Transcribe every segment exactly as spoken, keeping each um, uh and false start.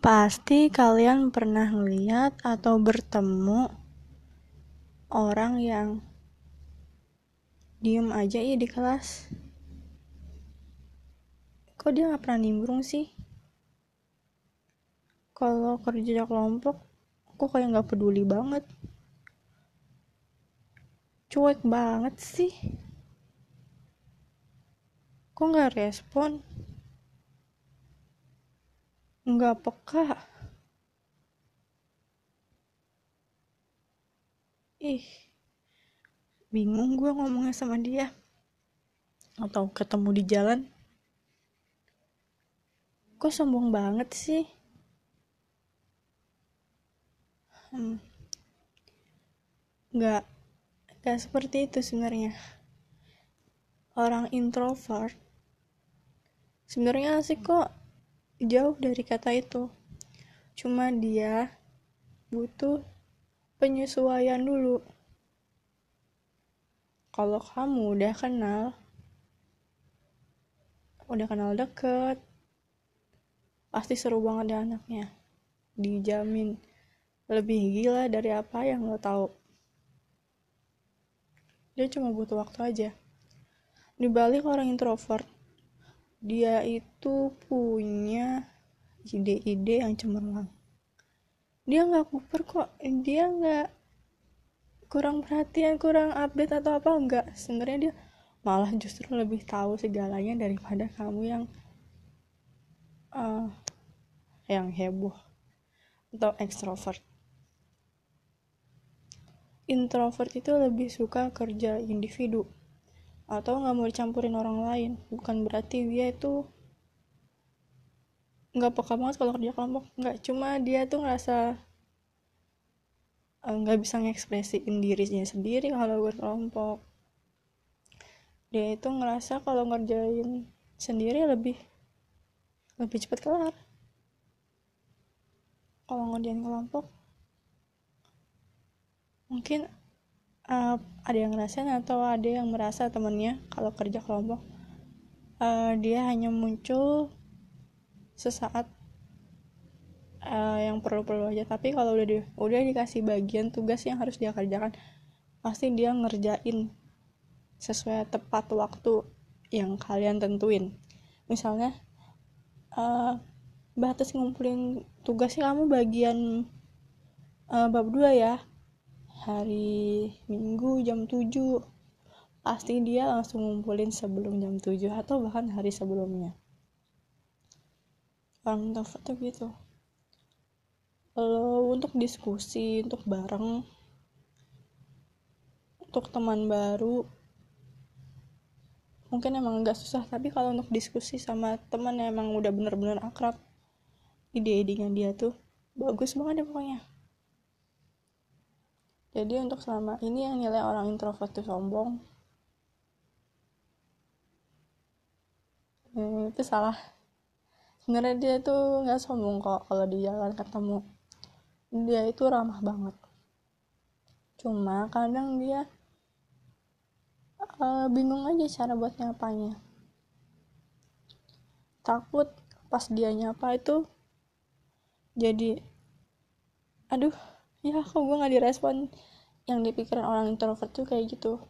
Pasti kalian pernah ngeliat atau bertemu orang yang diem aja ya di kelas. Kok dia gak pernah nimbrung sih? Kalau kerja kelompok, kok kayak gak peduli banget. Cuek banget sih. Kok gak respon? Gak peka. Ih, bingung gue ngomongnya sama dia. Atau ketemu di jalan. Kok sombong banget sih? Hmm. Gak, gak seperti itu sebenarnya. Orang introvert sebenarnya asik kok, jauh dari kata itu. Cuma dia butuh penyesuaian dulu. Kalau kamu udah kenal, udah kenal deket, pasti seru banget deh anaknya. Dijamin lebih gila dari apa yang lo tahu. Dia cuma butuh waktu aja. Di balik orang introvert, dia itu punya ide-ide yang cemerlang. Dia nggak kuper kok, dia nggak kurang perhatian, kurang update atau apa, enggak. Sebenarnya dia malah justru lebih tahu segalanya daripada kamu yang uh, yang heboh atau ekstrovert. Introvert itu lebih suka kerja individu atau nggak mau dicampurin orang lain. Bukan berarti dia itu nggak peka banget kalau kerja kelompok, nggak. Cuma dia tuh ngerasa nggak uh, bisa ngekspresiin dirinya sendiri kalau berkelompok. Dia itu ngerasa kalau ngerjain sendiri lebih lebih cepat kelar. Kalau ngerjain kelompok mungkin uh, ada yang ngerasain atau ada yang merasa temennya kalau kerja kelompok uh, dia hanya muncul sesaat uh, yang perlu-perlu aja. Tapi kalau udah di, udah dikasih bagian tugas yang harus dia kerjakan, pasti dia ngerjain sesuai tepat waktu yang kalian tentuin. Misalnya uh, batas ngumpulin tugasnya kamu bagian uh, bab dua ya, hari Minggu jam tujuh, pasti dia langsung ngumpulin sebelum jam tujuh atau bahkan hari sebelumnya. Orang introvert tuh gitu. Kalau untuk diskusi, untuk bareng, untuk teman baru mungkin emang agak susah. Tapi kalau untuk diskusi sama teman yang emang udah bener-bener akrab, ide-idenya dia tuh bagus banget deh pokoknya. Jadi untuk selama ini yang nilai orang introvert tuh sombong, hmm, itu salah. Sebenarnya dia tuh nggak sombong kok. Kalau di jalan ketemu, dia itu ramah banget. Cuma kadang dia uh, bingung aja cara buat nyapanya. Takut pas dia nyapa itu jadi, aduh, ya kok gue nggak direspon. Yang dipikirin orang introvert tuh kayak gitu.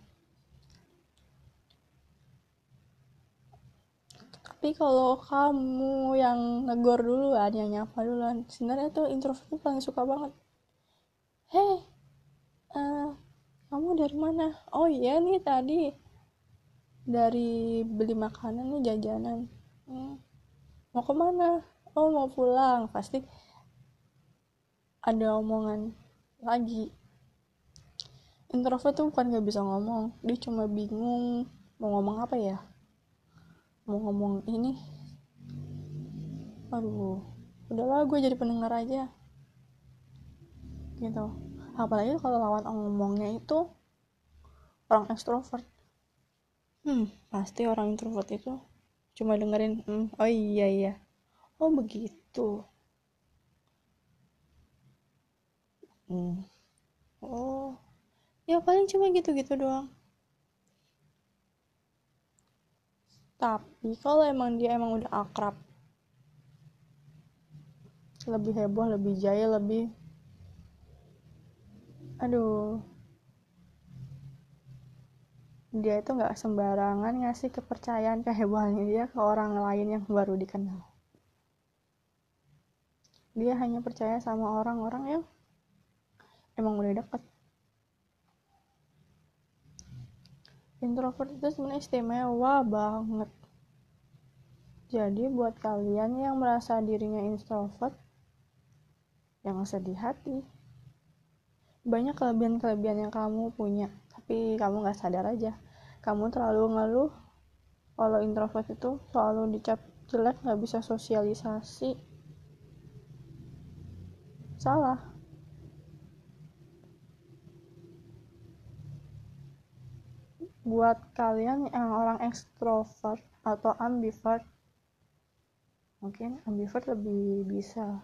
Tapi kalau kamu yang negor duluan, yang nyapa duluan, sebenarnya tuh introvert tuh paling suka banget. Hei, uh, kamu dari mana? Oh iya nih tadi dari beli makanan nih, jajanan. Hmm, mau kemana? Oh mau pulang. Pasti ada omongan lagi. Introvert tuh bukan gak bisa ngomong, dia cuma bingung mau ngomong apa ya. Mau ngomong ini, aduh, udahlah gue jadi pendengar aja gitu. Apalagi kalau lawan ngomongnya itu orang ekstrovert, hmm pasti orang introvert itu cuma dengerin, hmm, oh iya iya, oh begitu, hmm, oh ya paling cuma gitu-gitu doang. Tapi kalau emang dia emang udah akrab, lebih heboh, lebih jaya, lebih aduh, dia itu nggak sembarangan ngasih kepercayaan kehebohannya dia ke orang lain yang baru dikenal. Dia hanya percaya sama orang-orang yang emang udah deket. Introvert itu sebenarnya istimewa banget. Jadi buat kalian yang merasa dirinya introvert, jangan sedih hati. Banyak kelebihan-kelebihan yang kamu punya, tapi kamu gak sadar aja. Kamu terlalu ngeluh kalau introvert itu selalu dicap jelek, gak bisa sosialisasi. Salah. Buat kalian yang orang ekstrovert atau ambivert, mungkin ambivert lebih bisa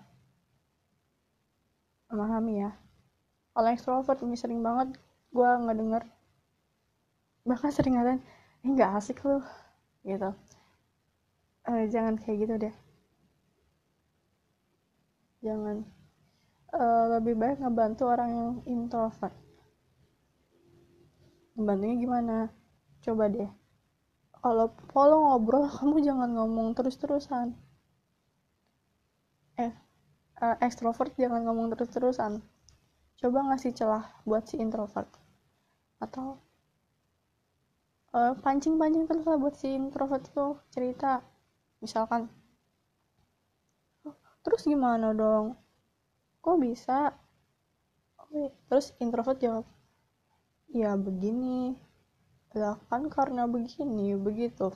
memahami ya. Kalau ekstrovert ini sering banget gue ngedenger, bahkan sering ngatain, eh nggak asik lu gitu. Eh, jangan kayak gitu deh, jangan. Eh, lebih baik ngebantu orang yang introvert. Ngebantunya gimana? Coba deh, kalau kalau ngobrol kamu jangan ngomong terus-terusan. eh, eh ekstrovert jangan ngomong terus-terusan, coba ngasih celah buat si introvert, atau uh, pancing-pancing terus lah buat si introvert itu cerita. Misalkan, terus gimana dong, kok bisa? Terus introvert jawab, ya begini lah kan, karena begini begitu.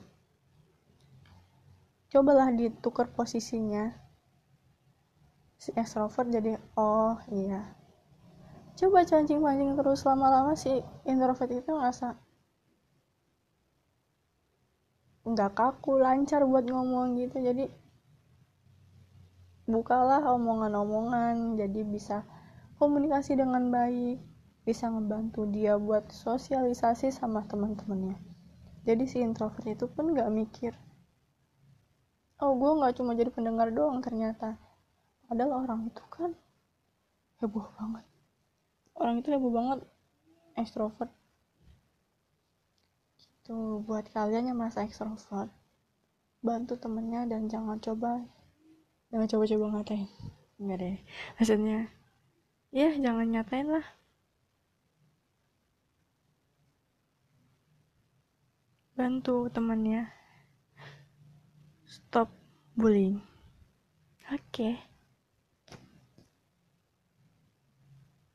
Cobalah ditukar posisinya, si extrovert jadi oh iya. Coba pancing-pancing terus, lama-lama si introvert itu ngerasa nggak kaku, lancar buat ngomong gitu. Jadi bukalah omongan-omongan, jadi bisa komunikasi dengan baik, bisa ngebantu dia buat sosialisasi sama teman-temannya. Jadi si introvert itu pun nggak mikir, oh gue nggak cuma jadi pendengar doang ternyata. Padahal orang itu kan heboh banget. Orang itu heboh banget, ekstrovert. Gitu, buat kalian yang merasa ekstrovert, bantu temennya dan jangan coba jangan coba-coba ngatain. Enggak deh, maksudnya ya jangan nyatain lah. Bantu temennya, stop bullying. Oke okay.